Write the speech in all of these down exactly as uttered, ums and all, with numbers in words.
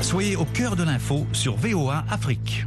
Soyez au cœur de l'info sur V O A Afrique.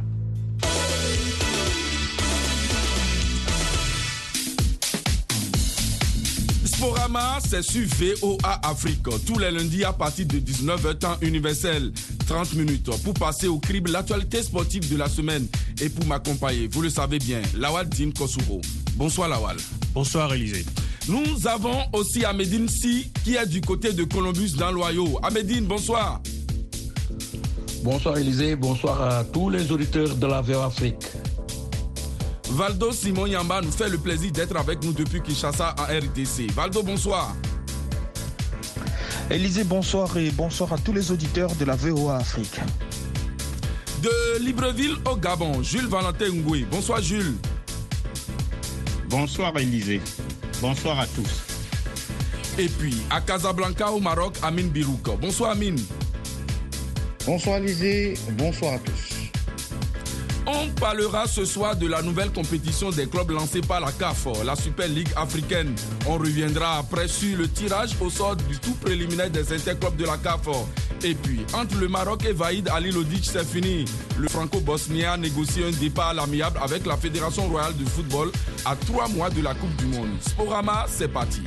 Sporama, c'est sur V O A Afrique, tous les lundis à partir de dix-neuf heures temps universel, trente minutes, pour passer au crible l'actualité sportive de la semaine. Et pour m'accompagner, vous le savez bien, Lawal Din Kosuro. Bonsoir Lawal. Bonsoir Élisée. Nous avons aussi Ahmedine Si, qui est du côté de Columbus dans l'Ohio. Ahmedine, bonsoir. Bonsoir Élisée, bonsoir à tous les auditeurs de la V O A Afrique. Valdo Simon Yamba nous fait le plaisir d'être avec nous depuis Kinshasa en R D C. Valdo, bonsoir. Élisée, bonsoir et bonsoir à tous les auditeurs de la V O A Afrique. De Libreville au Gabon, Jules Valentin Ngoué. Bonsoir Jules. Bonsoir Élisée. Bonsoir à tous. Et puis à Casablanca au Maroc, Amine Birouk. Bonsoir Amine. Bonsoir Élisée, bonsoir à tous. On parlera ce soir de la nouvelle compétition des clubs lancée par la C A F, la Super Ligue africaine. On reviendra après sur le tirage au sort du tout préliminaire des interclubs de la C A F. Et puis, entre le Maroc et Vaïd Ali Lodic, c'est fini. Le franco-bosnien a négocié un départ à l'amiable avec la Fédération royale de football à trois mois de la Coupe du Monde. Sporama, c'est parti.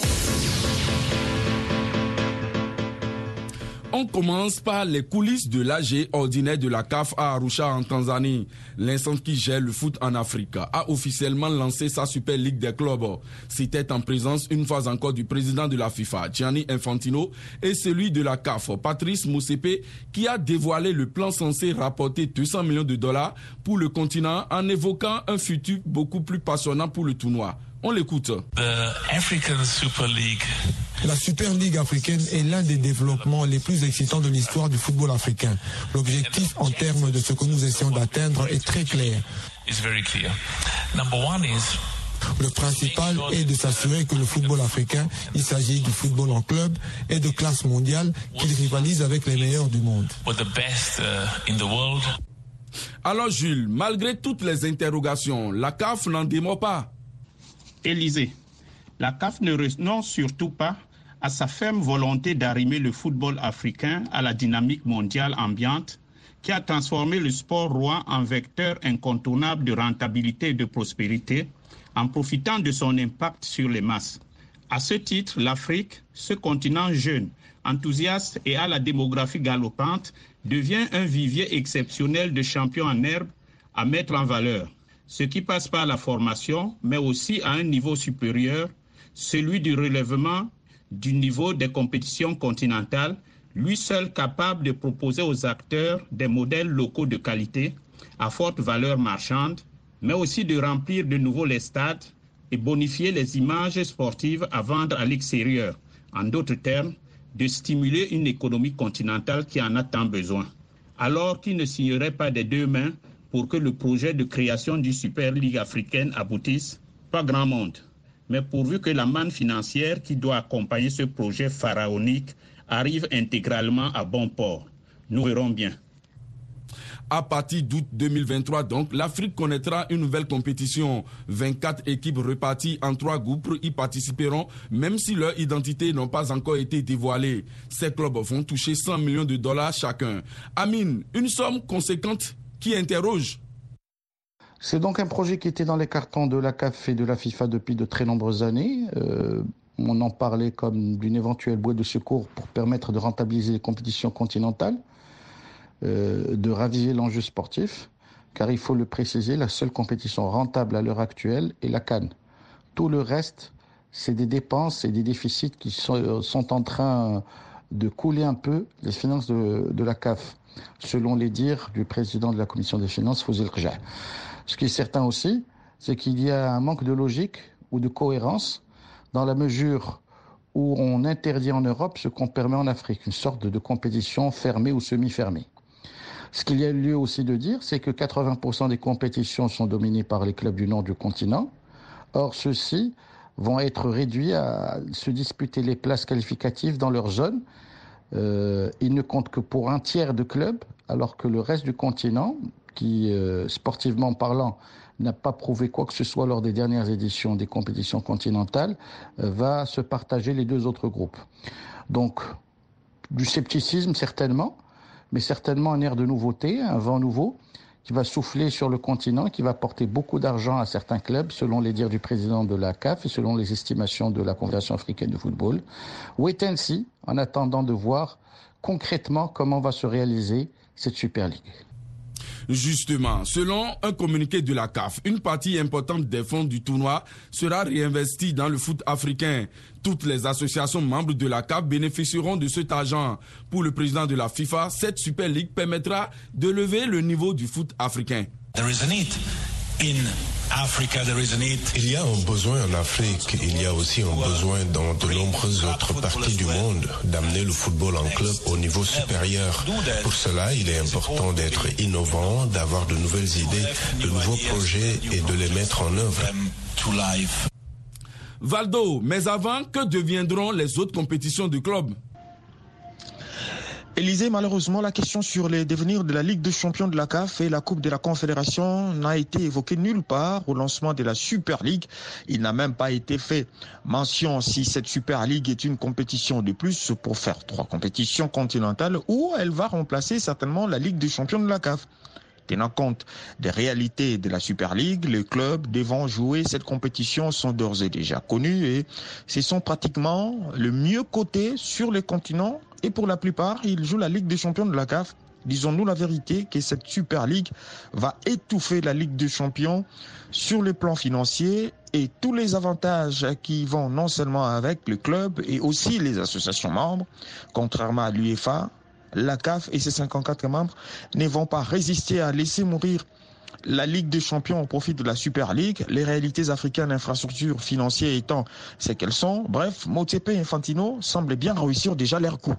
On commence par les coulisses de l'A G ordinaire de la C A F à Arusha en Tanzanie. L'instance qui gère le foot en Afrique a officiellement lancé sa Super Ligue des clubs. C'était en présence une fois encore du président de la FIFA, Gianni Infantino, et celui de la C A F, Patrice Motsepe, qui a dévoilé le plan censé rapporter deux cents millions de dollars pour le continent en évoquant un futur beaucoup plus passionnant pour le tournoi. On l'écoute. The African Super League. La Super Ligue africaine est l'un des développements les plus excitants de l'histoire du football africain. L'objectif en termes de ce que nous essayons d'atteindre est très clair. It's very clear. Number one is Le principal est de s'assurer que le football africain, il s'agit du football en club, est de classe mondiale, qu'il rivalise avec les meilleurs du monde. with the best uh, in the world. Alors Jules, malgré toutes les interrogations, la C A F n'en démord pas. Élysée, la C A F ne renonce surtout pas à sa ferme volonté d'arrimer le football africain à la dynamique mondiale ambiante qui a transformé le sport roi en vecteur incontournable de rentabilité et de prospérité en profitant de son impact sur les masses. À ce titre, l'Afrique, ce continent jeune, enthousiaste et à la démographie galopante, devient un vivier exceptionnel de champions en herbe à mettre en valeur, ce qui passe par la formation, mais aussi à un niveau supérieur, celui du relèvement du niveau des compétitions continentales, lui seul capable de proposer aux acteurs des modèles locaux de qualité à forte valeur marchande, mais aussi de remplir de nouveau les stades et bonifier les images sportives à vendre à l'extérieur. En d'autres termes, de stimuler une économie continentale qui en a tant besoin. Alors qui ne signerait pas des deux mains pour que le projet de création du Super Ligue africaine aboutisse? Pas grand monde. Mais pourvu que la manne financière qui doit accompagner ce projet pharaonique arrive intégralement à bon port. Nous verrons bien. À partir d'août deux mille vingt-trois, donc, l'Afrique connaîtra une nouvelle compétition. vingt-quatre équipes reparties en trois groupes y participeront, même si leurs identités n'ont pas encore été dévoilées. Ces clubs vont toucher cent millions de dollars chacun. Amine, une somme conséquente qui interroge. C'est donc un projet qui était dans les cartons de la C A F et de la FIFA depuis de très nombreuses années. Euh, on en parlait comme d'une éventuelle bouée de secours pour permettre de rentabiliser les compétitions continentales, euh, de raviver l'enjeu sportif, car il faut le préciser, la seule compétition rentable à l'heure actuelle est la CAN. Tout le reste, c'est des dépenses et des déficits qui sont, sont en train de couler un peu les finances de, de la C A F, selon les dires du président de la commission des finances, Fouzi El-Rja. Ce qui est certain aussi, c'est qu'il y a un manque de logique ou de cohérence dans la mesure où on interdit en Europe ce qu'on permet en Afrique, une sorte de compétition fermée ou semi-fermée. Ce qu'il y a lieu aussi de dire, c'est que quatre-vingts pour cent des compétitions sont dominées par les clubs du nord du continent. Or, ceux-ci vont être réduits à se disputer les places qualificatives dans leur zone. Euh, ils ne comptent que pour un tiers de clubs, alors que le reste du continent, qui, euh, sportivement parlant, n'a pas prouvé quoi que ce soit lors des dernières éditions des compétitions continentales, euh, va se partager les deux autres groupes. Donc, du scepticisme certainement, mais certainement un air de nouveauté, un vent nouveau qui va souffler sur le continent, qui va apporter beaucoup d'argent à certains clubs, selon les dires du président de la C A F et selon les estimations de la Confédération africaine de football. Wait and see, en attendant de voir concrètement comment va se réaliser cette Super League. Justement, selon un communiqué de la C A F, une partie importante des fonds du tournoi sera réinvestie dans le foot africain. Toutes les associations membres de la C A F bénéficieront de cet argent. Pour le président de la FIFA, cette Super League permettra de lever le niveau du foot africain. There is a need. In Africa, there is a need. Il y a un besoin en Afrique, il y a aussi un besoin dans de nombreuses autres parties du monde d'amener le football en club au niveau supérieur. Pour cela, il est important d'être innovant, d'avoir de nouvelles idées, de nouveaux projets et de les mettre en œuvre. Valdo, mais avant, que deviendront les autres compétitions du club ? Élysée, malheureusement, la question sur les devenirs de la Ligue des champions de la C A F et la Coupe de la Confédération n'a été évoquée nulle part au lancement de la Super League. Il n'a même pas été fait mention si cette Super League est une compétition de plus pour faire trois compétitions continentales ou elle va remplacer certainement la Ligue des champions de la C A F. Tenant compte des réalités de la Super League, les clubs devant jouer cette compétition sont d'ores et déjà connus et ce sont pratiquement le mieux cotés sur les continents et pour la plupart, ils jouent la Ligue des champions de la C A F. Disons-nous la vérité que cette Super League va étouffer la Ligue des champions sur le plan financier et tous les avantages qui vont non seulement avec le club et aussi les associations membres, contrairement à l'UEFA. La C A F et ses cinquante-quatre membres ne vont pas résister à laisser mourir la Ligue des champions au profit de la Super League, les réalités africaines d'infrastructures financières étant ce qu'elles sont. Bref, Motsepe et Infantino semblent bien réussir déjà leur coup.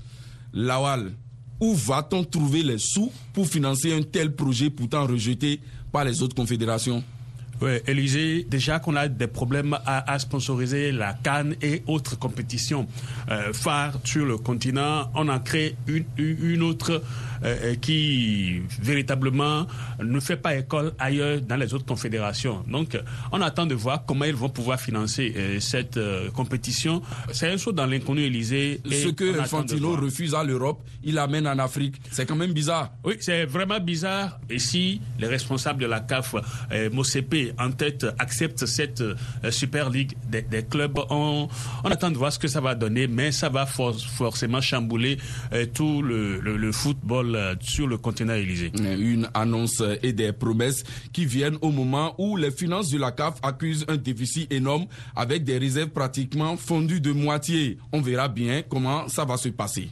Lawal, où va-t-on trouver les sous pour financer un tel projet pourtant rejeté par les autres confédérations ? Oui, Élysée, déjà qu'on a des problèmes à, à sponsoriser la CAN et autres compétitions euh, phares sur le continent, on en crée une, une autre euh, qui véritablement ne fait pas école ailleurs dans les autres confédérations. Donc, on attend de voir comment ils vont pouvoir financer euh, cette euh, compétition. C'est un saut dans l'inconnu, Élysée. Ce que Infantino refuse à l'Europe, il l'amène en Afrique. C'est quand même bizarre. Oui, c'est vraiment bizarre. Et si les responsables de la C A F, euh, Motsepe en tête, acceptent cette euh, Super League des, des clubs, on, on attend de voir ce que ça va donner, mais ça va for- forcément chambouler euh, tout le, le, le football euh, sur le continent, Élysée. Une annonce et des promesses qui viennent au moment où les finances de la C A F accusent un déficit énorme avec des réserves pratiquement fondues de moitié. On verra bien comment ça va se passer.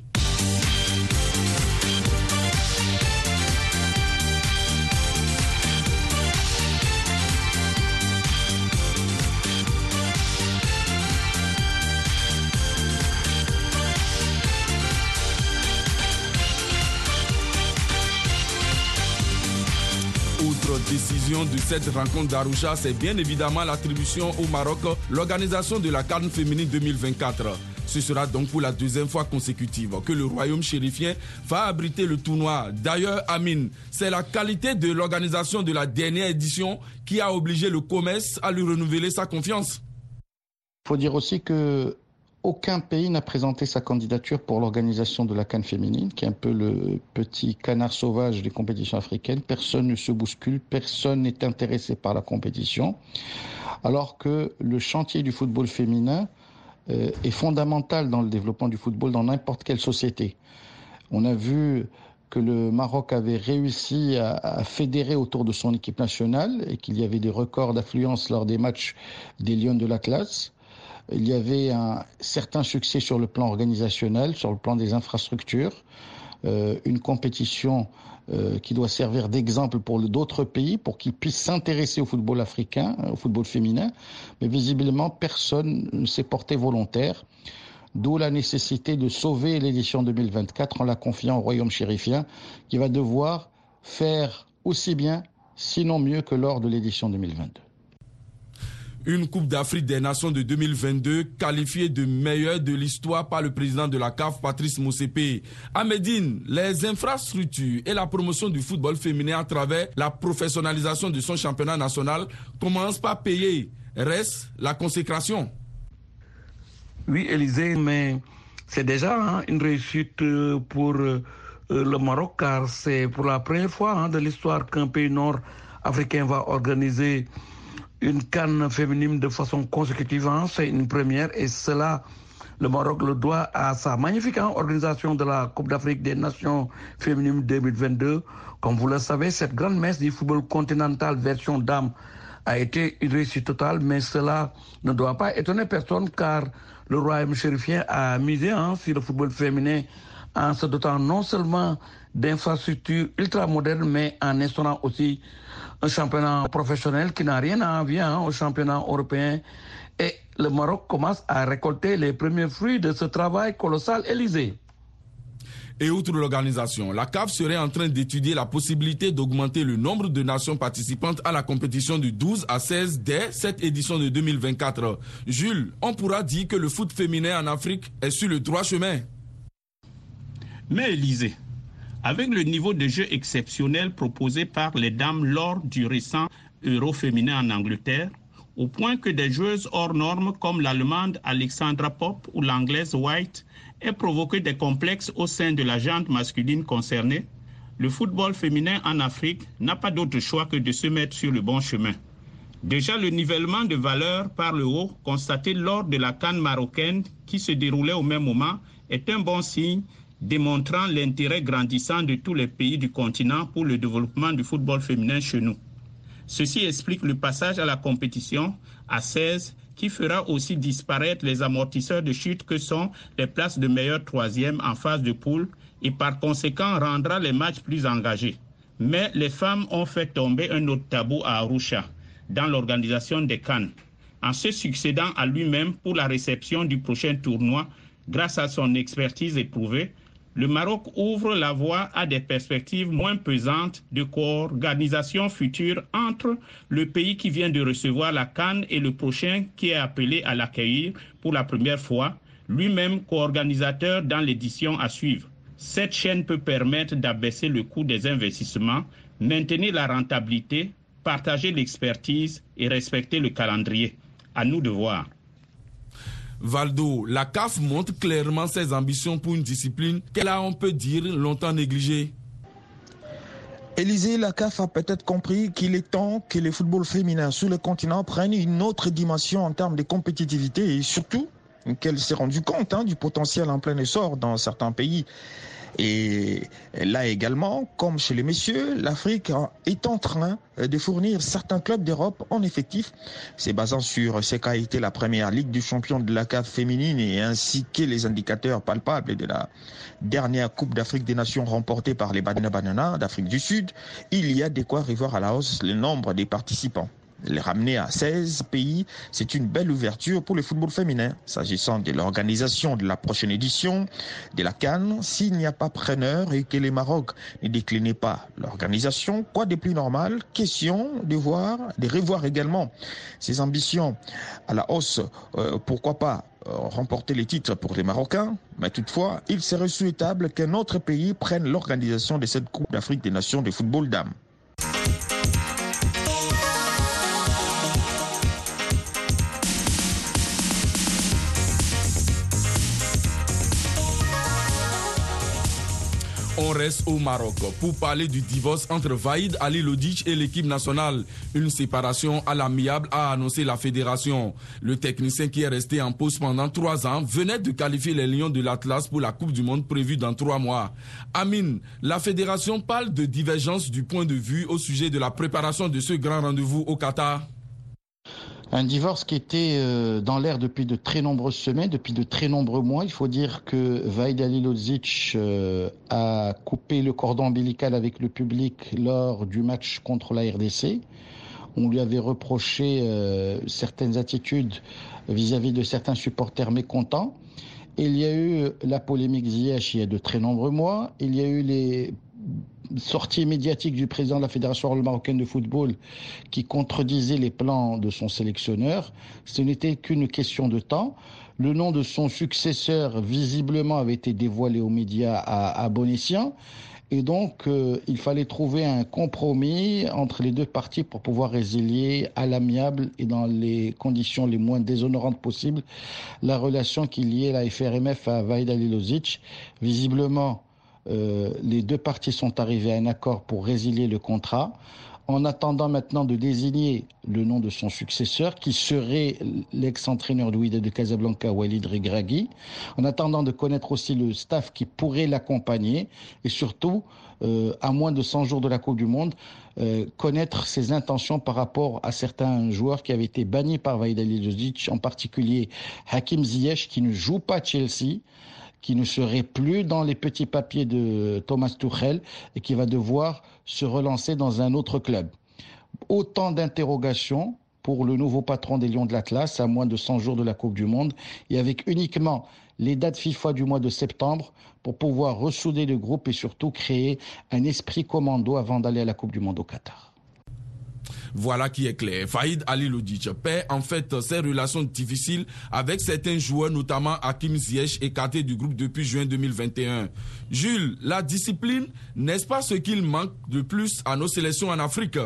Décision de cette rencontre d'Arusha, c'est bien évidemment l'attribution au Maroc, l'organisation de la CAN féminine deux mille vingt-quatre. Ce sera donc pour la deuxième fois consécutive que le royaume chérifien va abriter le tournoi. D'ailleurs, Amine, c'est la qualité de l'organisation de la dernière édition qui a obligé le commerce à lui renouveler sa confiance. Il faut dire aussi que aucun pays n'a présenté sa candidature pour l'organisation de la CAN féminine, qui est un peu le petit canard sauvage des compétitions africaines. Personne ne se bouscule, personne n'est intéressé par la compétition, alors que le chantier du football féminin euh, est fondamental dans le développement du football dans n'importe quelle société. On a vu que le Maroc avait réussi à, à fédérer autour de son équipe nationale et qu'il y avait des records d'affluence lors des matchs des Lions de l'Atlas. Il y avait un certain succès sur le plan organisationnel, sur le plan des infrastructures, euh, une compétition euh, qui doit servir d'exemple pour d'autres pays, pour qu'ils puissent s'intéresser au football africain, au football féminin. Mais visiblement, personne ne s'est porté volontaire, d'où la nécessité de sauver l'édition deux mille vingt-quatre en la confiant au royaume chérifien, qui va devoir faire aussi bien, sinon mieux que lors de l'édition deux mille vingt-deux. Une Coupe d'Afrique des Nations de deux mille vingt-deux qualifiée de meilleure de l'histoire par le président de la C A F, Patrice Motsepe. À Médine, les infrastructures et la promotion du football féminin à travers la professionnalisation de son championnat national commencent par payer. Reste la consécration. Oui, Élysée, mais c'est déjà hein, une réussite pour euh, le Maroc, car c'est pour la première fois hein, de l'histoire qu'un pays nord-africain va organiser une CAN féminine de façon consécutive. Hein, c'est une première et cela, le Maroc le doit à sa magnifique hein, organisation de la Coupe d'Afrique des Nations féminines deux mille vingt-deux. Comme vous le savez, cette grande messe du football continental version dames a été une réussite totale, mais cela ne doit pas étonner personne car le royaume chérifien a misé hein, sur le football féminin en se dotant non seulement d'infrastructures ultramodernes, mais en instaurant aussi un championnat professionnel qui n'a rien à envier hein, au championnat européen. Et le Maroc commence à récolter les premiers fruits de ce travail colossal, Élysée. Et outre l'organisation, la C A F serait en train d'étudier la possibilité d'augmenter le nombre de nations participantes à la compétition de douze à seize dès cette édition de deux mille vingt-quatre. Jules, on pourra dire que le foot féminin en Afrique est sur le droit chemin. Mais Élysée, avec le niveau de jeu exceptionnel proposé par les dames lors du récent Euro féminin en Angleterre, au point que des joueuses hors normes comme l'Allemande Alexandra Popp ou l'Anglaise White aient provoqué des complexes au sein de la gente masculine concernée, le football féminin en Afrique n'a pas d'autre choix que de se mettre sur le bon chemin. Déjà, le nivellement de valeur par le haut constaté lors de la CAN marocaine qui se déroulait au même moment est un bon signe démontrant l'intérêt grandissant de tous les pays du continent pour le développement du football féminin chez nous. Ceci explique le passage à la compétition à seize qui fera aussi disparaître les amortisseurs de chute que sont les places de meilleur troisième en phase de poule et par conséquent rendra les matchs plus engagés. Mais les femmes ont fait tomber un autre tabou à Arusha dans l'organisation des CAN, en se succédant à lui-même pour la réception du prochain tournoi grâce à son expertise éprouvée. Le Maroc ouvre la voie à des perspectives moins pesantes de co-organisation future entre le pays qui vient de recevoir la CAN et le prochain qui est appelé à l'accueillir pour la première fois, lui-même co-organisateur dans l'édition à suivre. Cette chaîne peut permettre d'abaisser le coût des investissements, maintenir la rentabilité, partager l'expertise et respecter le calendrier. À nous de voir. Valdo, la C A F montre clairement ses ambitions pour une discipline qu'elle a, on peut dire, longtemps négligée. Élysée, la C A F a peut-être compris qu'il est temps que le football féminin sur le continent prenne une autre dimension en termes de compétitivité et surtout qu'elle s'est rendue compte hein, du potentiel en plein essor dans certains pays. Et là également, comme chez les messieurs, l'Afrique est en train de fournir certains clubs d'Europe en effectif. C'est basant sur ce qu'a été la première Ligue du champion de la C A F féminine et ainsi que les indicateurs palpables de la dernière Coupe d'Afrique des Nations remportée par les Bafana Bafana d'Afrique du Sud. Il y a de quoi revoir à la hausse le nombre des participants. Les ramener à seize pays, c'est une belle ouverture pour le football féminin. S'agissant de l'organisation de la prochaine édition de la CAN, s'il n'y a pas preneur et que les Maroc ne déclinait pas l'organisation, quoi de plus normal? Question de voir, de revoir également ses ambitions à la hausse. Euh, pourquoi pas euh, remporter les titres pour les Marocains? Mais toutefois, il serait souhaitable qu'un autre pays prenne l'organisation de cette Coupe d'Afrique des Nations de football dames. On reste au Maroc pour parler du divorce entre Vahid Halilhodžić et l'équipe nationale. Une séparation à l'amiable a annoncé la fédération. Le technicien qui est resté en pause pendant trois ans venait de qualifier les Lions de l'Atlas pour la Coupe du Monde prévue dans trois mois. Amine, la fédération parle de divergence du point de vue au sujet de la préparation de ce grand rendez-vous au Qatar. Un divorce qui était dans l'air depuis de très nombreuses semaines, depuis de très nombreux mois. Il faut dire que Vahid Halilhodžić a coupé le cordon ombilical avec le public lors du match contre la R D C. On lui avait reproché euh, certaines attitudes vis-à-vis de certains supporters mécontents. Et il y a eu la polémique Ziyech il y a de très nombreux mois. Il y a eu les sortie médiatique du président de la Fédération marocaine de football qui contredisait les plans de son sélectionneur. Ce n'était qu'une question de temps. Le nom de son successeur, visiblement, avait été dévoilé aux médias à, à bon escient. Et donc, euh, il fallait trouver un compromis entre les deux parties pour pouvoir résilier à l'amiable et dans les conditions les moins déshonorantes possibles la relation qui liait la F R M F à Vahid Halilhodžić. Visiblement, euh, les deux parties sont arrivées à un accord pour résilier le contrat, en attendant maintenant de désigner le nom de son successeur, qui serait l'ex-entraîneur de Wydad de Casablanca, Walid Regragui, en attendant de connaître aussi le staff qui pourrait l'accompagner, et surtout, euh, à moins de cent jours de la Coupe du Monde, euh, connaître ses intentions par rapport à certains joueurs qui avaient été bannis par Vahid Halilhodžić, en particulier Hakim Ziyech, qui ne joue pas à Chelsea, qui ne serait plus dans les petits papiers de Thomas Tuchel et qui va devoir se relancer dans un autre club. Autant d'interrogations pour le nouveau patron des Lions de l'Atlas à moins de cent jours de la Coupe du Monde et avec uniquement les dates FIFA du mois de septembre pour pouvoir ressouder le groupe et surtout créer un esprit commando avant d'aller à la Coupe du Monde au Qatar. Voilà qui est clair. Vahid Halilhodžić perd en fait ses relations difficiles avec certains joueurs, notamment Hakim Ziyech, écarté du groupe depuis juin deux mille vingt et un. Jules, la discipline, n'est-ce pas ce qu'il manque de plus à nos sélections en Afrique?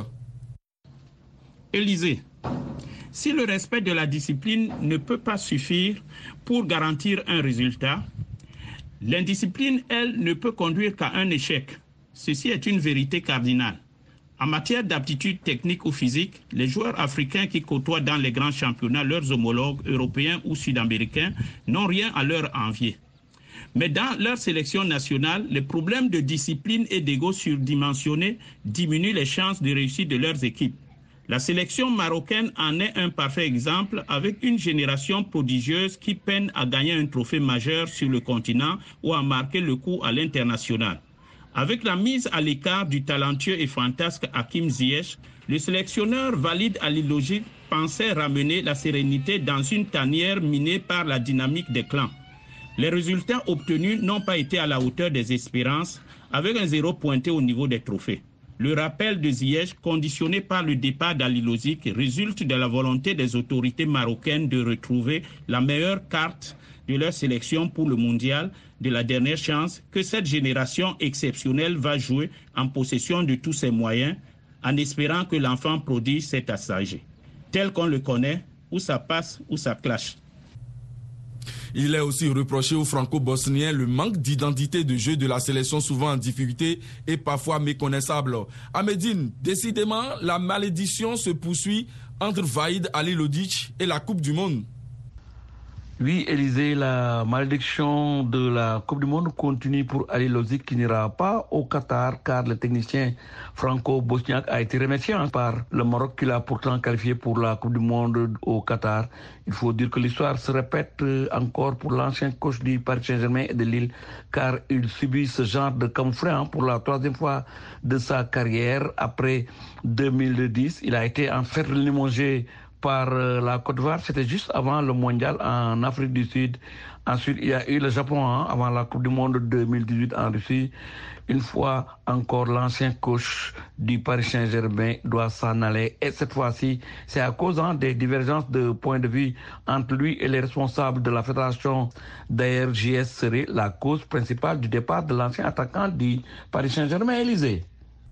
Élysée, si le respect de la discipline ne peut pas suffire pour garantir un résultat, l'indiscipline, elle, ne peut conduire qu'à un échec. Ceci est une vérité cardinale. En matière d'aptitude technique ou physique, les joueurs africains qui côtoient dans les grands championnats leurs homologues européens ou sud-américains n'ont rien à leur envier. Mais dans leur sélection nationale, les problèmes de discipline et d'ego surdimensionné diminuent les chances de réussite de leurs équipes. La sélection marocaine en est un parfait exemple avec une génération prodigieuse qui peine à gagner un trophée majeur sur le continent ou à marquer le coup à l'international. Avec la mise à l'écart du talentueux et fantasque Hakim Ziyech, le sélectionneur Walid Halilhodžić pensait ramener la sérénité dans une tanière minée par la dynamique des clans. Les résultats obtenus n'ont pas été à la hauteur des espérances, avec un zéro pointé au niveau des trophées. Le rappel de Ziyech, conditionné par le départ d'Halilhodžić, résulte de la volonté des autorités marocaines de retrouver la meilleure carte de leur sélection pour le mondial, de la dernière chance que cette génération exceptionnelle va jouer en possession de tous ses moyens, en espérant que l'enfant prodige s'est assagé. Tel qu'on le connaît, où ça passe, où ça clash. Il est aussi reproché aux franco-bosniens le manque d'identité de jeu de la sélection, souvent en difficulté et parfois méconnaissable. À Médine, décidément, la malédiction se poursuit entre Vahid Halilhodžić et la Coupe du Monde. Oui, Élysée, la malédiction de la Coupe du Monde continue pour Halilhodžić qui n'ira pas au Qatar car le technicien franco-bosniaque a été remercié par le Maroc qui l'a pourtant qualifié pour la Coupe du Monde au Qatar. Il faut dire que l'histoire se répète encore pour l'ancien coach du Paris Saint-Germain et de Lille car il subit ce genre de camouflet pour la troisième fois de sa carrière. Après deux mille dix, il a été en fait limogé par la Côte d'Ivoire, c'était juste avant le mondial en Afrique du Sud. Ensuite, il y a eu le Japon hein, avant la Coupe du Monde deux mille dix-huit en Russie. Une fois encore, l'ancien coach du Paris Saint-Germain doit s'en aller. Et cette fois-ci, c'est à cause hein, des divergences de points de vue entre lui et les responsables de la fédération. D'ailleurs, J S serait la cause principale du départ de l'ancien attaquant du Paris Saint-Germain, Élysée.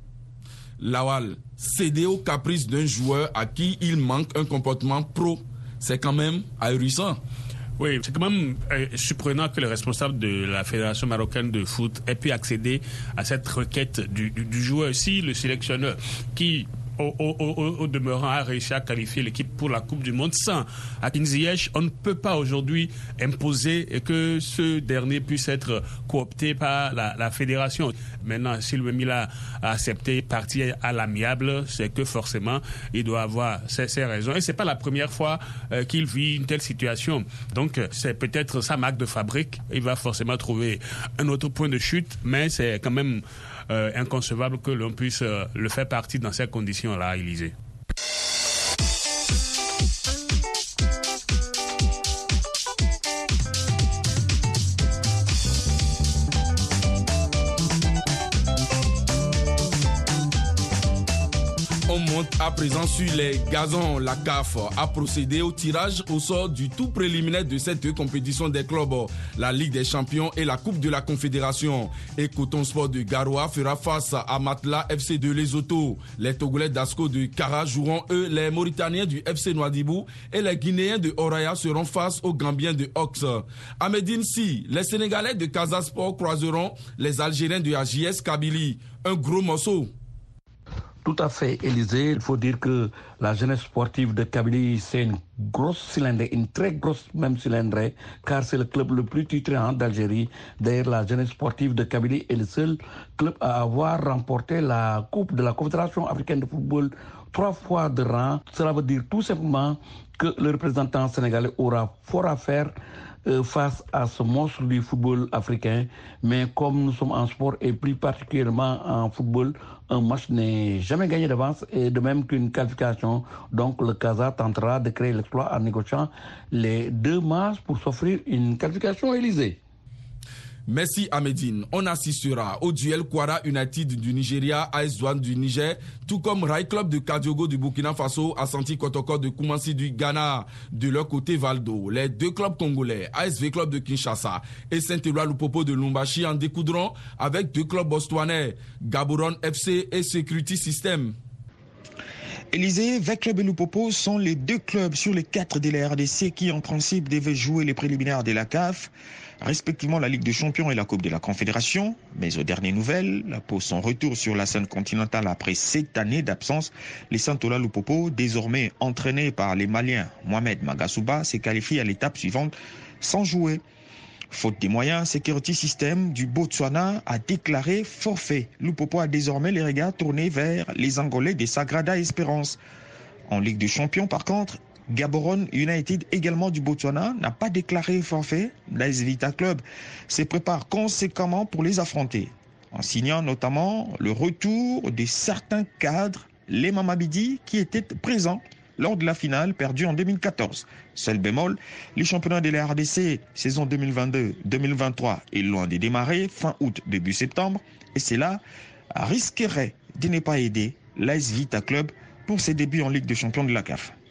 Lawal, céder au caprice d'un joueur à qui il manque un comportement pro, c'est quand même ahurissant. Oui, c'est quand même euh, surprenant que le responsable de la Fédération marocaine de foot ait pu accéder à cette requête du, du, du joueur. Si le sélectionneur qui, au, au, au, au demeurant, a réussi à qualifier l'équipe pour la Coupe du Monde sans Hakim Ziyech, on ne peut pas aujourd'hui imposer que ce dernier puisse être coopté par la, la fédération. Maintenant, si le Mila a accepté partir à l'amiable, c'est que forcément, il doit avoir ses, ses raisons. Et c'est pas la première fois euh, qu'il vit une telle situation. Donc, c'est peut-être sa marque de fabrique. Il va forcément trouver un autre point de chute, mais c'est quand même euh, inconcevable que l'on puisse euh, le faire partir dans ces conditions-là, Élysée. On monte à présent sur les gazons. La C A F a procédé au tirage au sort du tout préliminaire de cette deux compétitions des clubs, la Ligue des Champions et la Coupe de la Confédération. Et Coton Sport de Garoua fera face à Matla F C de Lesotho. Les Togolais d'Asco de Kara joueront eux, les Mauritaniens du F C Nouadhibou et les Guinéens de Oraya seront face aux Gambiens de Ox. À Médine Si, les Sénégalais de Casa Sport croiseront les Algériens de A J S Kabylie. Un gros morceau. Tout à fait, Élysée. Il faut dire que la jeunesse sportive de Kabylie, c'est une grosse cylindrée, une très grosse même cylindrée, car c'est le club le plus titré d'Algérie. D'ailleurs, la jeunesse sportive de Kabylie est le seul club à avoir remporté la Coupe de la Confédération africaine de football trois fois de rang. Cela veut dire tout simplement que le représentant sénégalais aura fort à faire Euh, face à ce monstre du football africain. Mais comme nous sommes en sport et plus particulièrement en football, un match n'est jamais gagné d'avance et de même qu'une qualification. Donc le Casa tentera de créer l'exploit en négociant les deux matchs pour s'offrir une qualification Élysée. Merci à Médine. On assistera au duel Kwara United du Nigeria, A S Douane du Niger, tout comme Rai Club de Kadiogo du Burkina Faso, Asante Kotoko de Koumassi du Ghana. De leur côté, Valdo, les deux clubs congolais, A S V Club de Kinshasa et Saint-Éloi Lupopo de Lumbashi en découdront avec deux clubs botswanais, Gaborone F C et Security System. Élysée, V Club et Lupopo sont les deux clubs sur les quatre de la R D C qui en principe devaient jouer les préliminaires de la C A F, respectivement la Ligue des Champions et la Coupe de la Confédération. Mais aux dernières nouvelles, pour son retour sur la scène continentale après sept années d'absence, les Saint-Éloi Lupopo, désormais entraînés par les Maliens Mohamed Magasuba, s'est qualifié à l'étape suivante sans jouer. Faute des moyens, Security System du Botswana a déclaré forfait. Lupopo a désormais les regards tournés vers les Angolais des Sagrada Espérance. En Ligue des Champions, par contre, Gaborone United, également du Botswana, n'a pas déclaré forfait. L'A S Vita Club se prépare conséquemment pour les affronter, en signant notamment le retour de certains cadres, les Mamabidi, qui étaient présents lors de la finale perdue en deux mille quatorze. Seul bémol, les championnats de la R D C saison deux mille vingt-deux deux mille vingt-trois est loin de démarrer, fin août, début septembre, et cela risquerait de ne pas aider l'A S Vita Club pour ses débuts en Ligue des Champions de la C A F.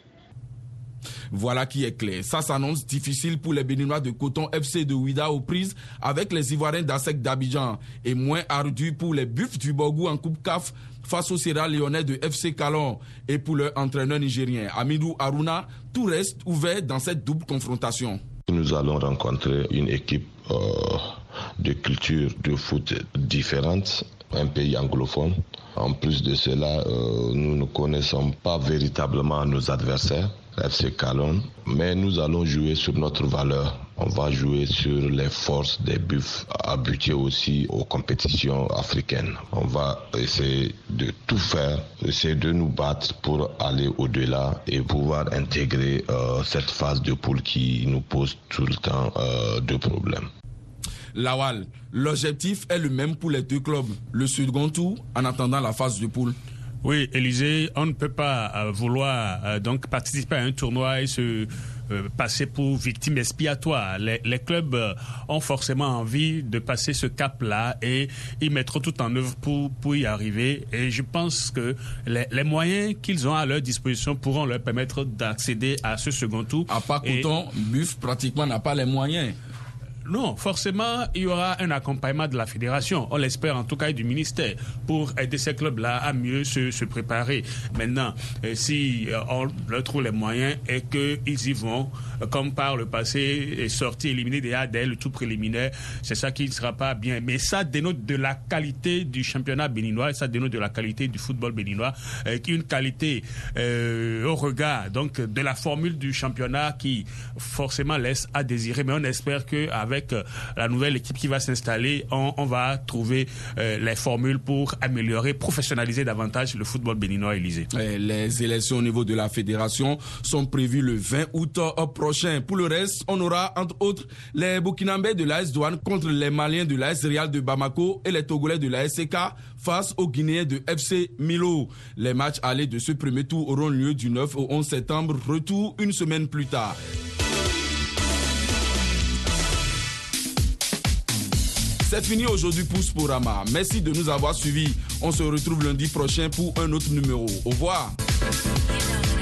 Voilà qui est clair. Ça s'annonce difficile pour les Béninois de Coton F C de Ouida aux prises avec les Ivoiriens d'Asec d'Abidjan et moins ardu pour les Buffs du Borgou en Coupe C A F face au Sierra Léonais de F C Calon et pour leur entraîneur nigérien Amidou Aruna. Tout reste ouvert dans cette double confrontation. Nous allons rencontrer une équipe euh, de culture de foot différente, un pays anglophone. En plus de cela, euh, nous ne connaissons pas véritablement nos adversaires, F C Calon, mais nous allons jouer sur notre valeur. On va jouer sur les forces des Buffs, habitués aussi aux compétitions africaines. On va essayer de tout faire, essayer de nous battre pour aller au-delà et pouvoir intégrer euh, cette phase de poule qui nous pose tout le temps euh, de problèmes. Lawal, l'objectif est le même pour les deux clubs, le second tour en attendant la phase de poule. Oui, Élysée, on ne peut pas euh, vouloir euh, donc participer à un tournoi et se euh, passer pour victime expiatoire. Les, les clubs euh, ont forcément envie de passer ce cap-là et ils mettront tout en œuvre pour, pour y arriver. Et je pense que les, les moyens qu'ils ont à leur disposition pourront leur permettre d'accéder à ce second tour. À part Coton, et... Buff pratiquement n'a pas les moyens. Non, forcément, il y aura un accompagnement de la fédération, on l'espère en tout cas, et du ministère, pour aider ces clubs-là à mieux se, se préparer. Maintenant, euh, si euh, on leur trouve les moyens et qu'ils y vont, euh, comme par le passé, et sortir, éliminer des A D L, le tout préliminaire, c'est ça qui ne sera pas bien. Mais ça dénote de la qualité du championnat béninois, ça dénote de la qualité du football béninois, euh, qui est une qualité euh, au regard donc de la formule du championnat qui forcément laisse à désirer. Mais on espère qu'avec Avec la nouvelle équipe qui va s'installer, on, on va trouver euh, les formules pour améliorer, professionnaliser davantage le football béninois, Élysée. Les élections au niveau de la fédération sont prévues le vingt août prochain. Pour le reste, on aura entre autres les Burkinabés de l'A S Douane contre les Maliens de l'A S Real de Bamako et les Togolais de l'A S C K face aux Guinéens de F C Milo. Les matchs allés de ce premier tour auront lieu du neuf au onze septembre. Retour une semaine plus tard. C'est C'est fini aujourd'hui pour Sporama. Merci de nous avoir suivis. On se retrouve lundi prochain pour un autre numéro. Au revoir.